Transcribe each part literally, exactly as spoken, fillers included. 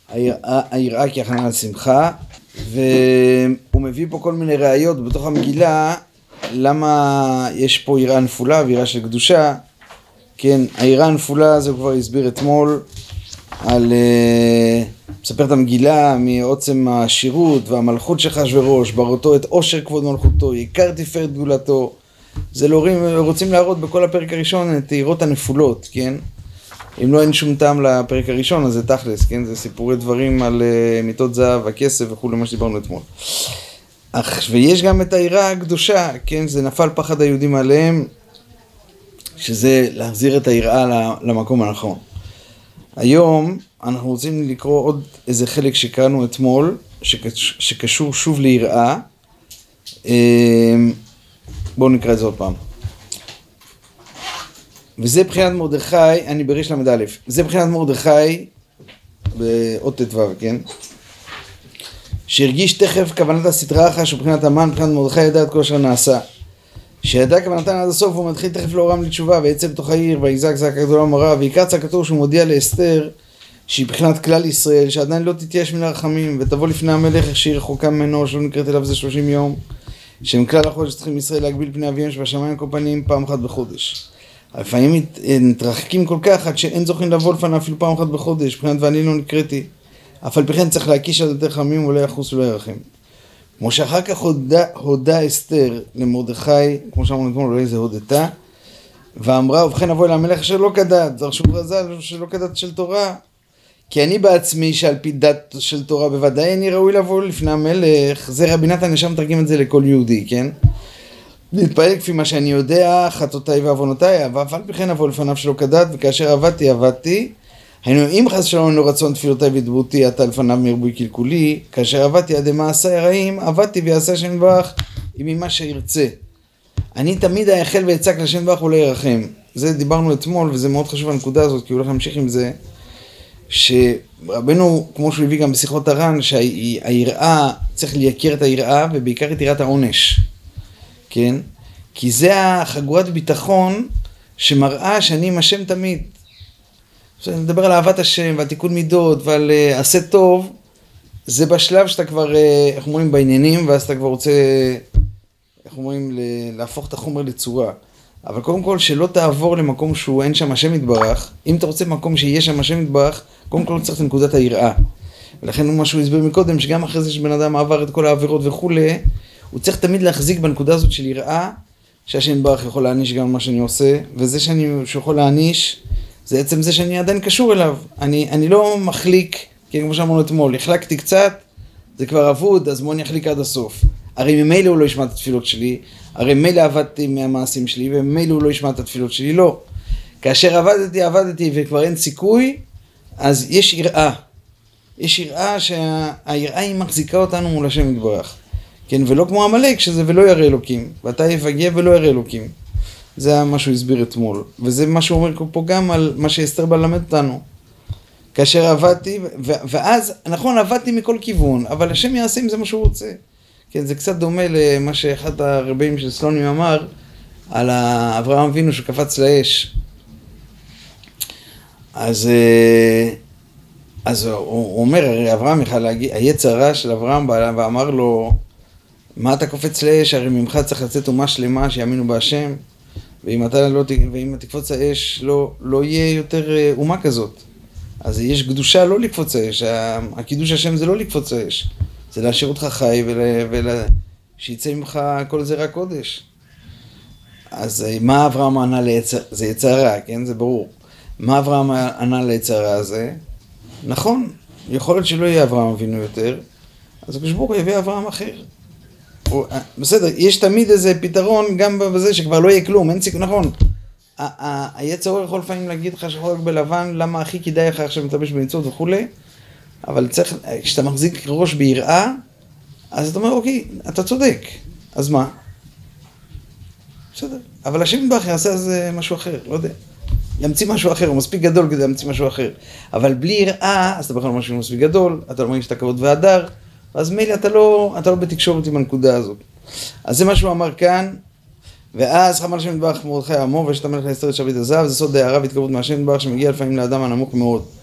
היראה כהכנה לשמחה, והוא מביא פה כל מיני ראיות בתוך המגילה, למה יש פה יראה נפולה ויראה של קדושה. כן, היראה הנפולה זה הוא כבר הסביר אתמול, על, uh, מספר את המגילה מעוצם השירות והמלכות של אחשוורוש, בראותו את עושר כבוד מלכותו, יקר תפארת גדולתו. זה לא רוצים להראות בכל הפרק הראשון את היראות הנפולות, כן? אם לא אין שום טעם לפרק הראשון, אז זה תכלס, כן? זה סיפורי דברים על uh, מיטות זהב, הכסף וכו', מה שדיברנו אתמול. אך, ויש גם את היראה הקדושה, כן? זה נפל פחד היהודים עליהם, שזה להחזיר את היראה למקום הנכון. היום אנחנו רוצים לקרוא עוד איזה חלק שקראנו אתמול, שקשור שוב ליראה. בואו נקרא את זה עוד פעם. וזה בחינת מרדכי, אני בריש למד א', זה בחינת מרדכי, באות תתוו, כן? שהרגיש תכף כוונת הסתרה אחת, שבחינת המן, בחינת מרדכי ידע את כל אשר נעשה. שידע כוונתן עד הסוף, הוא מתחיל תכף לעורם לתשובה, ויצא בתוך העיר, ויזעק זעקה גדולה ומרה, ויקרא צעקתו שהוא מודיע לאסתר, שהיא בחינת כלל ישראל, שעדיין לא תתייאש מן הרחמים, ותבוא לפני המלך, שהיא רחוקה ממנו, שלא נקראת אליו זה שלושים יום, שהם כלל החודש צריכים ישראל להגביל פני אביהם שבשמיים כל פנים פעם אחת בחודש. לפעמים מתרחקים כל כך, עד שאין זוכים לבוא לפניו אפילו פעם אחת בחודש, בחינת ואני לא נקראתי. אף על פי כן צריך להקיש על יותר חמים ולא יחוס ולא ירחם. כמו שאחר כך הודה, הודה אסתר למרדכי, כמו שאמרנו אתמול, אולי זה הודתה, ואמרה, ובכן אבוא אל המלך אשר לא כדת, דרשו רז"ל שלא כדת של תורה, כי אני בעצמי שעל פי דת של תורה בוודאי אני ראוי לבוא לפני המלך. זה רבי נתן ישר מתרגם את זה לכל יהודי, כן? להתפעל כפי מה שאני יודע, חטאותיי ועוונותיי, ואף על פי כן אבוא לפניו שלא כדת, וכאשר עבדתי, עבדתי. היינו, אם חס שלום אינו רצון תפילותיי ודברותי, עתה לפניו מרבוי קלקולי, כאשר עבדתי עד מעשיי הרעים, עבדתי ויעשה השם יתברך עם ממה שירצה. אני תמיד אייחל ואצעק להשם יתברך ולא ירחם. זה דיברנו אתמול, וזה מאוד חשוב הנקודה הזאת, כי הוא הולך להמשיך עם זה, שרבנו, כמו שהוא הביא גם בשיחות הר"ן, שהיראה, צריך לייקר את היראה, ובעיקר את יראת העונש. כן? כי זה החגורת ביטחון שמראה שאני עם השם תמיד. אני מדבר על אהבת השם ועל תיקון מידות ועל uh, עשה טוב, זה בשלב שאתה כבר, uh, איך אומרים, בעניינים, ואז אתה כבר רוצה, איך אומרים, להפוך את החומר לצורה. אבל קודם כל, שלא תעבור למקום שהוא אין שם השם יתברך. אם אתה רוצה מקום שיהיה שם השם יתברך, קודם כל צריך את נקודת היראה. ולכן מה שהוא הסביר מקודם, שגם אחרי זה שבן אדם עבר את כל העבירות וכו', הוא צריך תמיד להחזיק בנקודה הזאת של יראה, שהשם יתברך יכול להעניש גם מה שאני עושה, וזה שאני שיכול להעניש, זה עצם זה שאני עדיין קשור אליו. אני, אני לא מחליק, כי כמו שאמרנו אתמול, החלקתי קצת, זה כבר אבוד, אז בוא אני אחליק עד הסוף. הרי ממילא הוא לא ישמע את התפילות שלי, הרי ממילא עבדתי מהמעשים שלי, וממילא הוא לא ישמע את התפילות שלי, לא. כאשר עבדתי, עבדתי, וכבר אין סיכוי, אז יש יראה. יש יראה שהיראה היא מחזיקה אותנו מול השם יתברך. כן, ולא כמו עמלק, שזה ולא ירא אלוקים. ואתה יפגע ולא ירא אלוקים. זה מה שהוא הסביר אתמול. וזה מה שהוא אומר פה גם על מה שאסתר בא ללמד אותנו. כאשר עבדתי, ו- ואז, נכון, עבדתי מכל כיוון, אבל השם יעשה אם זה מה שהוא רוצה. כן, זה קצת דומה למה שאחד הרבים של סלונים אמר, על אברהם אבינו שקפץ לאש. אז, אז הוא, הוא אומר, הרי אברהם יכל להגיד, היצר הרע של אברהם בא ואמר לו, מה אתה קופץ לאש? הרי ממך צריך לצאת אומה שלמה שיאמינו בהשם, ואם אתה לא, ואם תקפוץ האש, לא, לא יהיה יותר אומה כזאת. אז יש קדושה לא לקפוץ האש, הקידוש השם זה לא לקפוץ האש, זה להשאיר אותך חי ושיצא ממך כל זרע קודש. אז מה אברהם ענה ליצר, זה יצר רע, כן? זה ברור. מה אברהם ענה ליצר רע הזה? נכון, יכול להיות שלא יהיה אברהם אבינו יותר, אז הקדוש ברוך הוא יביא אברהם אחר. בסדר, יש תמיד איזה פתרון גם בזה שכבר לא יהיה כלום, אין סיכוי, נכון. היצר יכול לפעמים להגיד לך שחור בלבן, למה הכי כדאי לך עכשיו מתלבש במצוות וכו', אבל צריך, כשאתה מחזיק ראש ביראה, אז אתה אומר, אוקיי, אתה צודק, אז מה? בסדר, אבל השם יתברך יעשה אז משהו אחר, לא יודע. ימציא משהו אחר, הוא מספיק גדול כדי להמציא משהו אחר. אבל בלי יראה, אז אתה בכלל משהו מספיק גדול, אתה לא מרגיש את הכבוד והדר, אז מילא אתה לא, אתה לא בתקשורת עם הנקודה הזאת. אז זה מה שהוא אמר כאן, ואז חמל השם יתברך מרדכי עמו, ויש את המלך לאסתר את שביט הזהב, זה סוד הערה והתקרבות מהשם יתברך שמגיע לפעמים לאדם הנמוך מאוד.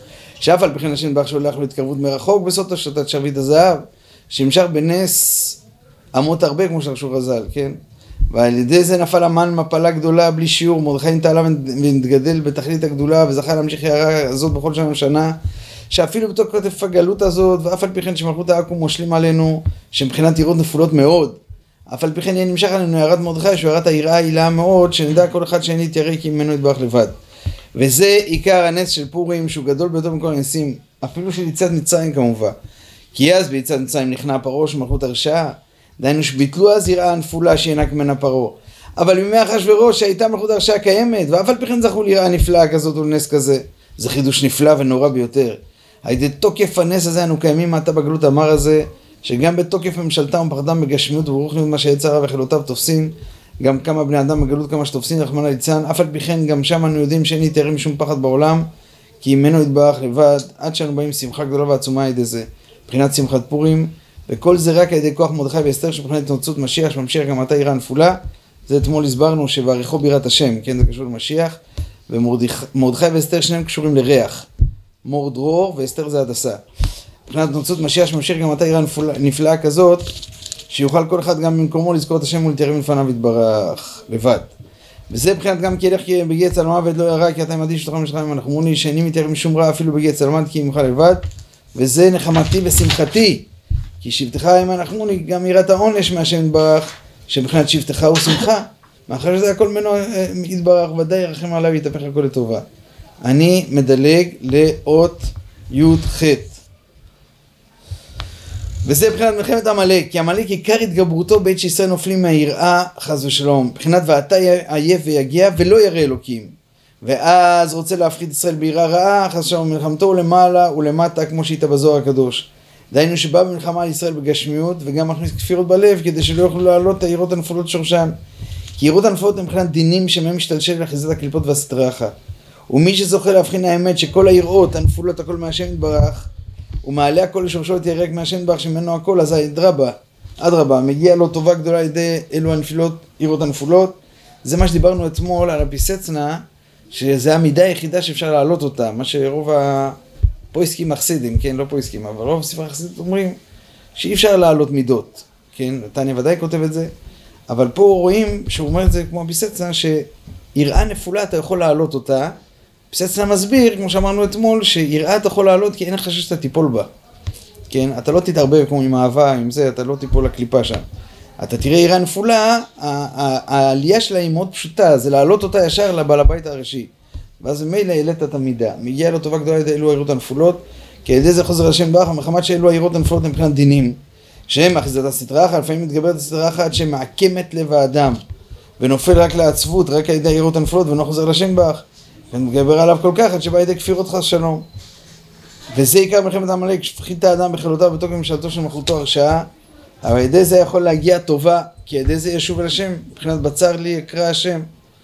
שאף על פי כן השם יתברך שולח לו התקרבות מרחוק בסוד שתת שרביט הזהב, שנמשך בנס אמות הרבה כמו שרשו חז"ל, כן? ועל ידי זה נפל המן מפלה גדולה בלי שיעור, מרדכי נתעלה ונתגדל בתכלית הגדולה וזכה להמשיך הערה הזאת בכל שנה ושנה, שאפילו בתוך כתף הגלות הזאת, ואף על פי כן שמלכות העכו"ם מושלים עלינו, שמבחינת יראות נפולות מאוד, אף על פי כן יהיה נמשך עלינו הערת מרדכי, שהוא הערת היראה העילה מאוד, שנדע כל אחד שאין להתיירא כי ממנו יתברך לבד. וזה עיקר הנס של פורים, שהוא גדול ביותר מכל הנסים, אפילו של יציאת מצרים כמובן. כי אז ביציאת מצרים נכנע פרעה של מלכות הרשעה, דהיינו שביטלו אז יראה הנפולה שינק ממנה פרעה. אבל בימי אחשוורוש שהייתה מלכות הרשעה קיימת, ואף על פי כן זכו ליראה נפלאה כזאת ולנס כזה. זה חידוש נפלא ונורא ביותר. על ידי תוקף הנס הזה אנו קיימים מעתה בגלות המר הזה, שגם בתוקף ממשלתם ופחדם בגשמיות וברוחניות מה שיצר רע וחילותיו תופסין, גם כמה בני אדם בגלות כמה שתופסין רחמנא ליצלן, אף על פי כן גם שם אנו יודעים שאין להתיירא משום פחד בעולם, כי ממנו יתברך לבד, עד שאנו באים שמחה גדולה ועצומה על ידי זה, מבחינת שמחת פורים, וכל זה רק על ידי כוח מרדכי ואסתר שבחינת התנוצות משיח, שממשיך גם עתה יראה נפולה. זה אתמול הסברנו שבעריכו בירת השם, כן, זה קשור למשיח, ומרדכי ואסתר שניהם קשורים לריח, מור דרור ואסתר זה הדסה. מבחינת התנוצות משיח שממשיך גם עתה יראה נפלאה כזאת, שיוכל כל אחד גם במקומו לזכור את השם ולהתיירא מלפניו יתברך לבד. וזה מבחינת גם כי ילך בגיע צל מוות לא ירא, כי אתה עמדי שתוכל משלכם ונחמוני, שאיני מתיירא משום רע אפילו בגיע צל מוות כי עמך לבד, וזה נחמתי ושמחתי, כי שבטך עמך נחמוני, גם יראת העונש מהשם יתברך, שבחינת שבטך הוא שמחה, מאחר שזה הכל ממנו יתברך, ודאי ירחם עליו ויתהפך הכל לטובה. אני מדלג לאות י' ח'. וזה מבחינת מלחמת עמלק, כי עמלק עיקר התגברותו בעת שישראל נופלים מהיראה חס ושלום, מבחינת ואתה עייף ויגיע ולא ירא אלוקים, ואז רוצה להפחיד ישראל ביראה רעה חס ושלום, מלחמתו למעלה ולמטה כמו שהייתה בזוהר הקדוש, דהיינו שבא במלחמה על ישראל בגשמיות וגם מכניס כפירות בלב כדי שלא יוכלו לעלות את היראות הנפולות שורשן, כי יראות הנפולות הם מבחינת דינים שמהם משתלשל לאחיזת הקליפות והסטראחה, ומי שזוכה להבחין האמת שכל היראות הנפולות הכל מהשם יתברך ומעלה הכל לשורשו יתיירא מהשם יתברך שממנו הכל, אז אדרבה, אדרבה, מגיע לו טובה גדולה על ידי אלו הנפילות, יראות הנפולות. זה מה שדיברנו אתמול על הפיסצנה, שזה המידה היחידה שאפשר להעלות אותה, מה שרוב הפויסקים החסידים, כן, לא פויסקים, אבל רוב הספרי החסידים אומרים שאי אפשר להעלות מידות, כן, תניא ודאי כותב את זה, אבל פה רואים שהוא אומר את זה כמו הפיסצנה, שיראה נפולה אתה יכול להעלות אותה, פיסצנה מסביר, כמו שאמרנו אתמול, שיראה אתה יכול לעלות כי אין לך שאתה תיפול בה. כן? אתה לא תתערבב כמו עם אהבה, עם זה, אתה לא תיפול לקליפה שם. אתה תראה יראה נפולה, העלייה שלה היא מאוד פשוטה, זה להעלות אותה ישר לבעל הבית הראשי. ואז מילא העלית את המידה. מגיע לו טובה גדולה אלו היראות הנפולות, כי על ידי זה חוזר השם ברך, מחמת שאלו היראות הנפולות מבחינת דינים, שהם אחיזת הסטראחה, לפעמים מתגברת הסטראחה עד שמעקמת לב האדם, ונופל רק לעצבות, רק על ידי היראות הנפולות, ולא חוזר לשם ברך. ומתגבר עליו כל כך, עד שבא ידי כפירות חס שלום. וזה עיקר מלחמת עמלק, שפחית את האדם בחילותיו בתוקף ממשלתו של מלכותו הרשעה, אבל ידי זה יכול להגיע טובה, כי ידי זה ישוב אל השם, מבחינת בצר לי יקרא השם.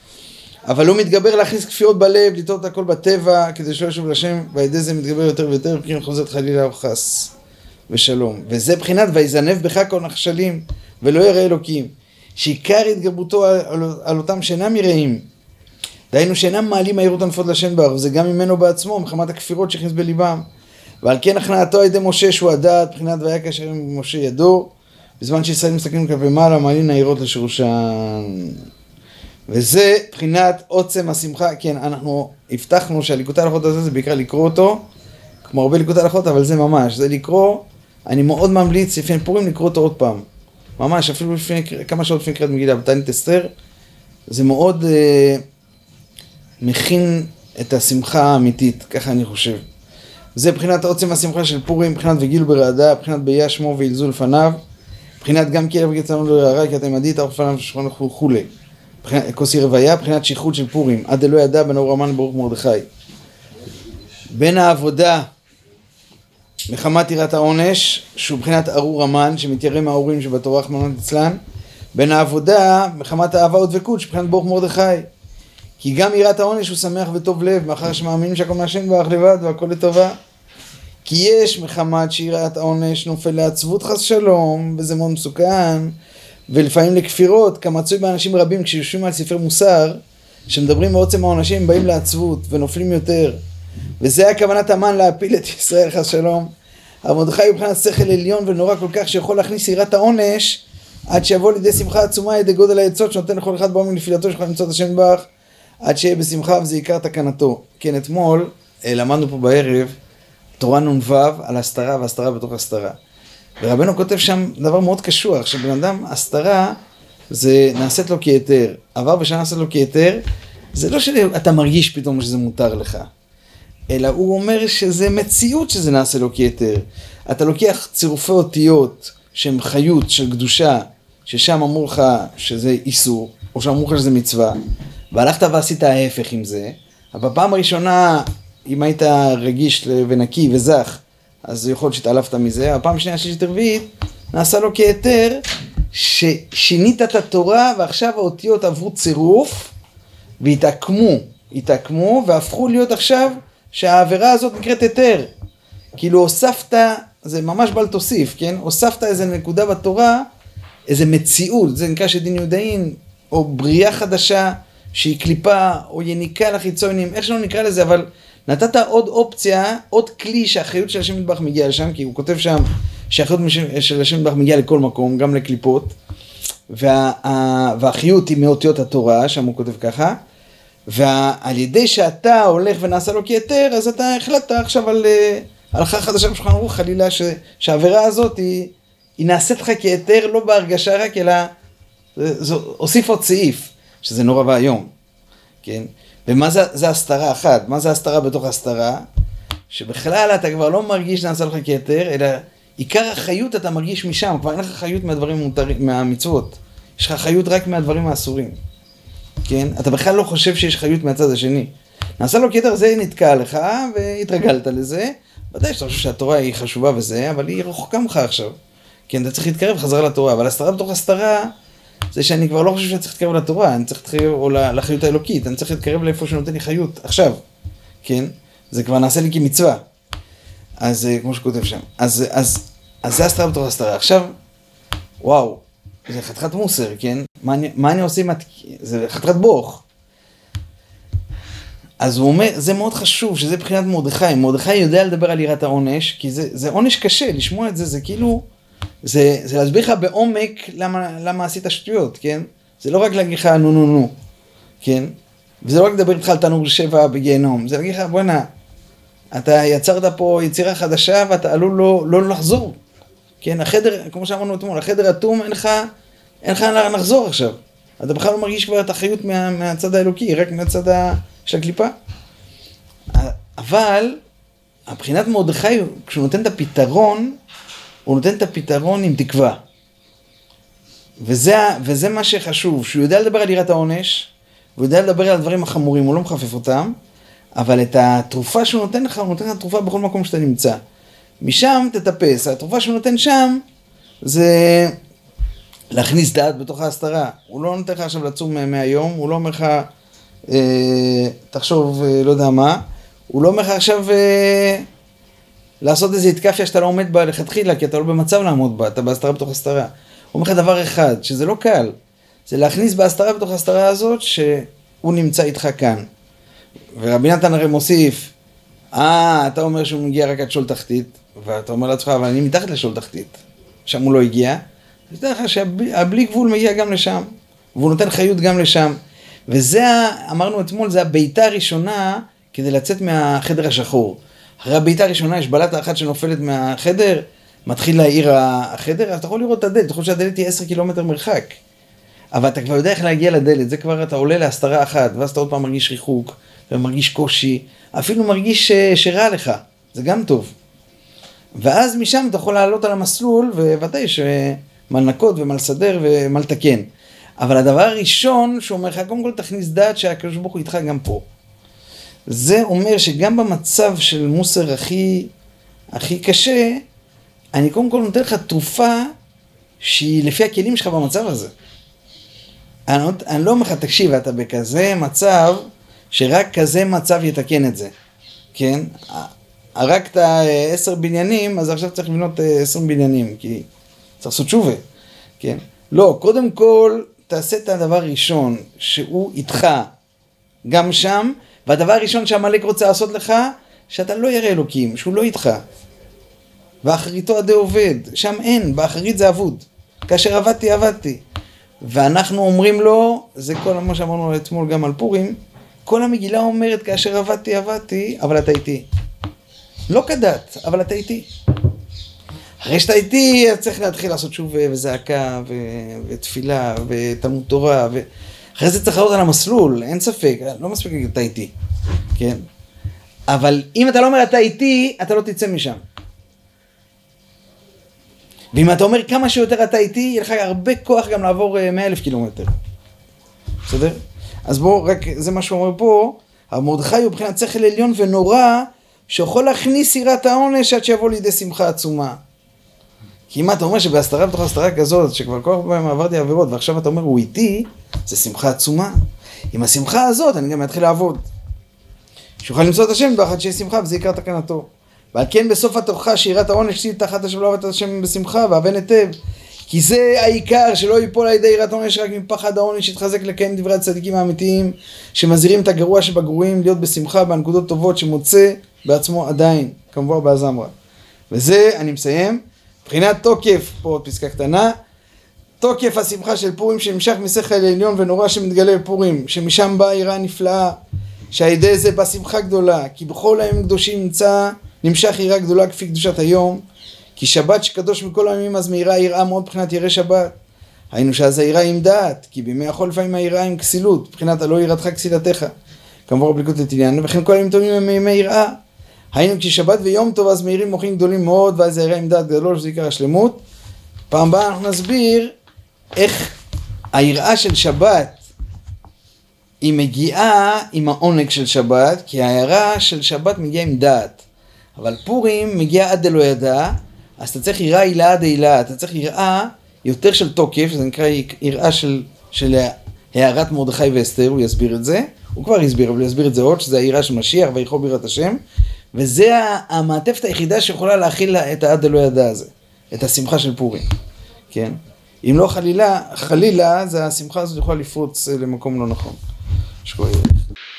אבל הוא מתגבר להכניס כפירות בלב, לטעות הכל בטבע, כדי שלא ישוב אל השם, וידי זה מתגבר יותר ויותר, מבחינת חוזרת חלילה וחס ושלום. וזה מבחינת ויזנב בך כל נחשלים, ולא ירא אלוקים, שעיקר התגברותו על, על, על אותם שאינם יראים, דהיינו שאינם מעלים היראות הנפות לשם ברך, וזה גם ממנו בעצמו, מחמת הכפירות שהכניס בליבם. ועל כן הכנעתו על ידי משה שהוא הדעת, מבחינת והיה כאשר עם משה ידו, בזמן שישראל מסתכלים כלפי מעלה, מעלים היראות לשורשן. וזה מבחינת עוצם השמחה. כן, אנחנו הבטחנו שהליקוטי הלכות הזה זה בעיקר לקרוא אותו, כמו הרבה ליקוטי הלכות, אבל זה ממש, זה לקרוא, אני מאוד ממליץ לפני פורים לקרוא אותו עוד פעם. ממש, אפילו לפני, כמה שעות לפני קריאת מגילה, בתענית אסתר, זה מאוד אה, מכין את השמחה האמיתית, ככה אני חושב. זה מבחינת עוצם השמחה של פורים, מבחינת וגילו ברעדה, מבחינת ביה שמו וילזו לפניו, מבחינת גם כלב וגצלנו לא ירא, כי אתם עדי תארוך לפניו ששכון וכולי. כוסי רוויה, מבחינת שייכות של פורים, עד אלוה ידע בין אור המן ברוך מרדכי. בין העבודה, מחמת יראת העונש, שהוא מבחינת ארור המן, שמתיירא מהאורים שבתורה רחמנא ליצלן, בין העבודה, מחמת אהבה ודבקות, שבחינת ברוך מרדכי. כי גם יראת העונש הוא שמח וטוב לב, מאחר שמאמינים שהכל מהשם ברך לבד והכל לטובה. כי יש מחמת שיראת העונש נופל לעצבות חס שלום, וזה מאוד מסוכן, ולפעמים לכפירות, כמצוי באנשים רבים כשיושבים על ספר מוסר, שמדברים בעוצם העונשים, באים לעצבות ונופלים יותר. וזה היה כוונת המן להפיל את ישראל חס שלום. אבל מרדכי הוא מבחינת שכל עליון ונורא כל כך שיכול להכניס יראת העונש עד שיבוא לידי שמחה עצומה ידי גודל העצות שנותן לכל אחד בעומק נפילתו שיכול למצוא את השם בך עד שיהיה בשמחה וזה עיקר תקנתו. כן, אתמול למדנו פה בערב תורה נ"ו על הסתרה והסתרה בתוך הסתרה. ורבנו כותב שם דבר מאוד קשוח, שבן אדם הסתרה זה נעשית לו כיתר, עבר ושנה נעשית לו כיתר, זה לא שאתה מרגיש פתאום שזה מותר לך, אלא הוא אומר שזה מציאות שזה נעשה לו כיתר. אתה לוקח צירופי אותיות שהם חיות של קדושה, ששם אמור לך שזה איסור, או שאמרו לך שזה מצווה, והלכת ועשית ההפך עם זה, אבל בפעם הראשונה, אם היית רגיש ונקי וזך, אז יכול להיות שהתעלפת מזה, הפעם השנייה שלישית רביעית, נעשה לו כיתר, ששינית את התורה, ועכשיו האותיות עברו צירוף, והתעקמו, התעקמו, והפכו להיות עכשיו, שהעבירה הזאת נקראת היתר. כאילו הוספת, זה ממש בל תוסיף, כן? הוספת איזה נקודה בתורה, איזה מציאות, זה נקרא שדין יהודאין, או בריאה חדשה, שהיא קליפה, או יניקה לחיצונים, איך שלא נקרא לזה, אבל נתת עוד אופציה, עוד כלי שהאחריות של השם מטבח מגיע לשם, כי הוא כותב שם שהאחריות של השם מטבח מגיע לכל מקום, גם לקליפות, וה, והאחריות היא מאותיות התורה, שם הוא כותב ככה, ועל ידי שאתה הולך ונעשה לו כיתר, אז אתה החלטת עכשיו על הלכה חדשה בשולחן ערוך, חלילה שהעבירה הזאת היא, היא נעשית לך כיתר, לא בהרגשה רק, אלא זה, הוסיף עוד סעיף, שזה נורא והיום, כן? ומה זה, זה הסתרה אחת? מה זה הסתרה בתוך הסתרה? שבכלל אתה כבר לא מרגיש נעשה לך כיתר, אלא עיקר החיות אתה מרגיש משם, כבר אין לך חיות מהדברים מותרים, מהמצוות. יש לך חיות רק מהדברים האסורים. כן? אתה בכלל לא חושב שיש חיות מהצד השני. נעשה לו כיתר, זה נתקע לך, והתרגלת לזה. ודאי שאתה חושב שהתורה היא חשובה וזה, אבל היא רחוקה ממך עכשיו. כן, אתה צריך להתקרב חזרה לתורה, אבל הסתרה בתוך הסתרה, זה שאני כבר לא חושב שאני צריך להתקרב לתורה, אני צריך להתקרב או לחיות האלוקית, אני צריך להתקרב לאיפה שנותן לי חיות, עכשיו, כן? זה כבר נעשה לי כמצווה. אז כמו שכותב שם. אז, אז, אז זה הסתרה בתוך הסתרה. עכשיו, וואו, זה חתיכת מוסר, כן? מה אני, מה אני עושה עם... זה חתיכת בוך. אז הוא אומר, זה מאוד חשוב, שזה בחינת מרדכי. מרדכי יודע לדבר על יראת העונש, כי זה, זה עונש קשה, לשמוע את זה, זה כאילו... זה, זה להסביר לך בעומק למה, למה עשית שטויות, כן? זה לא רק להגיד לך נו נו נו, כן? וזה לא רק לדבר איתך על תנור שבע בגיהנום, זה להגיד לך בוא'נה, אתה יצרת פה יצירה חדשה ואתה עלול לא, לא לחזור, כן? החדר, כמו שאמרנו אתמול, החדר אטום, אין לך, אין לך לחזור עכשיו. אתה בכלל לא מרגיש כבר את החיות מה, מהצד האלוקי, רק מהצד ה, של הקליפה. אבל, הבחינת מרדכי, כשהוא נותן את הפתרון, הוא נותן את הפתרון עם תקווה. וזה, וזה מה שחשוב, שהוא יודע לדבר על יראת העונש, הוא יודע לדבר על הדברים החמורים, הוא לא מחפף אותם, אבל את התרופה שהוא נותן לך, הוא נותן לך תרופה בכל מקום שאתה נמצא. משם תטפס, התרופה שהוא נותן שם, זה להכניס דעת בתוך ההסתרה. הוא לא נותן לך עכשיו לצום מהיום, הוא לא אומר לך, אה, תחשוב, אה, לא יודע מה, הוא לא אומר לך עכשיו... אה, לעשות איזו התקפיה שאתה לא עומד בה לכתחילה, כי אתה לא במצב לעמוד בה, אתה בהסתרה בתוך הסתרה. הוא אומר לך דבר אחד, שזה לא קל, זה להכניס בהסתרה בתוך הסתרה הזאת, שהוא נמצא איתך כאן. ורבי נתן הרי מוסיף, אה, אתה אומר שהוא מגיע רק עד שול תחתית, ואתה אומר לעצמך, אבל אני מתחת לשול תחתית, שם הוא לא הגיע, אז תדע לך שהבלי גבול מגיע גם לשם, והוא נותן חיות גם לשם. וזה, אמרנו אתמול, זה הביתה הראשונה, כדי לצאת מהחדר השחור. אחרי הביתה הראשונה יש בלטה אחת שנופלת מהחדר, מתחיל להעיר החדר, אז אתה יכול לראות את הדלת, אתה חושב שהדלת היא עשרה קילומטר מרחק. אבל אתה כבר יודע איך להגיע לדלת, זה כבר אתה עולה להסתרה אחת, ואז אתה עוד פעם מרגיש ריחוק, ומרגיש קושי, אפילו מרגיש שרע לך, זה גם טוב. ואז משם אתה יכול לעלות על המסלול, וודאי שמה לנקות ומה לסדר ומה לתקן. אבל הדבר הראשון שהוא אומר לך, קודם כל תכניס דעת שהקדוש ברוך הוא איתך גם פה. זה אומר שגם במצב של מוסר הכי, הכי קשה, אני קודם כל נותן לך תרופה שהיא לפי הכלים שלך במצב הזה. אני, אני לא אומר לך, תקשיב, אתה בכזה מצב, שרק כזה מצב יתקן את זה. כן? הרגת עשר בניינים, אז עכשיו צריך לבנות עשרים בניינים, כי צריך לעשות תשובה. כן? לא, קודם כל, תעשה את הדבר הראשון, שהוא איתך גם שם, והדבר הראשון שהמלאק רוצה לעשות לך, שאתה לא ירא אלוקים, שהוא לא איתך. ואחריתו עדי עובד, שם אין, באחרית זה אבוד. כאשר עבדתי, עבדתי. ואנחנו אומרים לו, זה כל מה שאמרנו אתמול גם על פורים, כל המגילה אומרת, כאשר עבדתי, עבדתי, אבל אתה איתי. לא כדת, אבל אתה איתי. אחרי שאתה איתי, צריך להתחיל לעשות שוב וזעקה, ו- ותפילה, ותלמוד תורה, ואחרי זה צריך לעלות על המסלול, אין ספק, לא מספיק אתה איתי, כן? אבל אם אתה לא אומר אתה איתי, אתה לא תצא משם. ואם אתה אומר כמה שיותר אתה איתי, יהיה לך הרבה כוח גם לעבור מאה אלף קילומטר. בסדר? אז בואו, רק זה מה שהוא אומר פה, מרדכי הוא בחינת שכל עליון ונורא, שיכול להכניס יראת העונש עד שיבוא לידי שמחה עצומה. כי אם אתה אומר שבהסתרה בתוך הסתרה כזאת, שכבר כל פעם עברתי עבירות, ועכשיו אתה אומר הוא איתי, זה שמחה עצומה. עם השמחה הזאת אני גם אתחיל לעבוד. שיוכל למצוא את השם באחד שיהיה שמחה, וזה יקר תקנתו. ועל כן בסוף התוכחה שיראת העונש תהי תחת השם לא עבדת השם בשמחה, והבן היטב. כי זה העיקר, שלא ייפול על ידי יראת העונש, רק מפחד העונש יתחזק לקיים דברי הצדיקים האמיתיים, שמזהירים את הגרוע שבגרועים, להיות בשמחה בנקודות טובות שמוצא בעצמו עדיין, כמובן בהזמרה. וזה, אני מסיים, מבחינת תוקף, פה עוד פסקה קטנה, תוקף השמחה של פורים שנמשך משכל עליון ונורא שמתגלה בפורים, שמשם באה יראה נפלאה, שהידי זה בא שמחה גדולה, כי בכל הימים קדושים נמצא, נמשך יראה גדולה כפי קדושת היום, כי שבת שקדוש מכל הימים אז מהירה יראה מאוד מבחינת ירא שבת. היינו שאז היראה עם דעת, כי בימי החול לפעמים היראה עם כסילות, מבחינת הלא יראתך כסילתך, כמובן בליקות לתליין, וכן כל הימים טובים הם מימי יראה. היינו כששבת ויום טוב אז מהירים מוחים גדולים מאוד, ואז היראה עם דעת גדול, שזה עיקר השלמות. פעם הבאה אנחנו נסביר איך היראה של שבת היא מגיעה עם העונג של שבת, כי היראה של שבת מגיעה עם דעת. אבל פורים מגיע עד דלא ידע, אז אתה צריך יראה הילה עד הילה, אתה צריך יראה יותר של תוקף, זה נקרא יראה של, של הערת מרדכי ואסתר, הוא יסביר את זה, הוא כבר יסביר, אבל הוא יסביר את זה עוד, שזה היראה של משיח ויכול ביראת השם, וזה המעטפת היחידה שיכולה להכיל את העד דלא ידע הזה, את השמחה של פורים, כן? אם לא חלילה, חלילה, זה השמחה הזאת יכולה לפרוץ למקום לא נכון. שקוראים.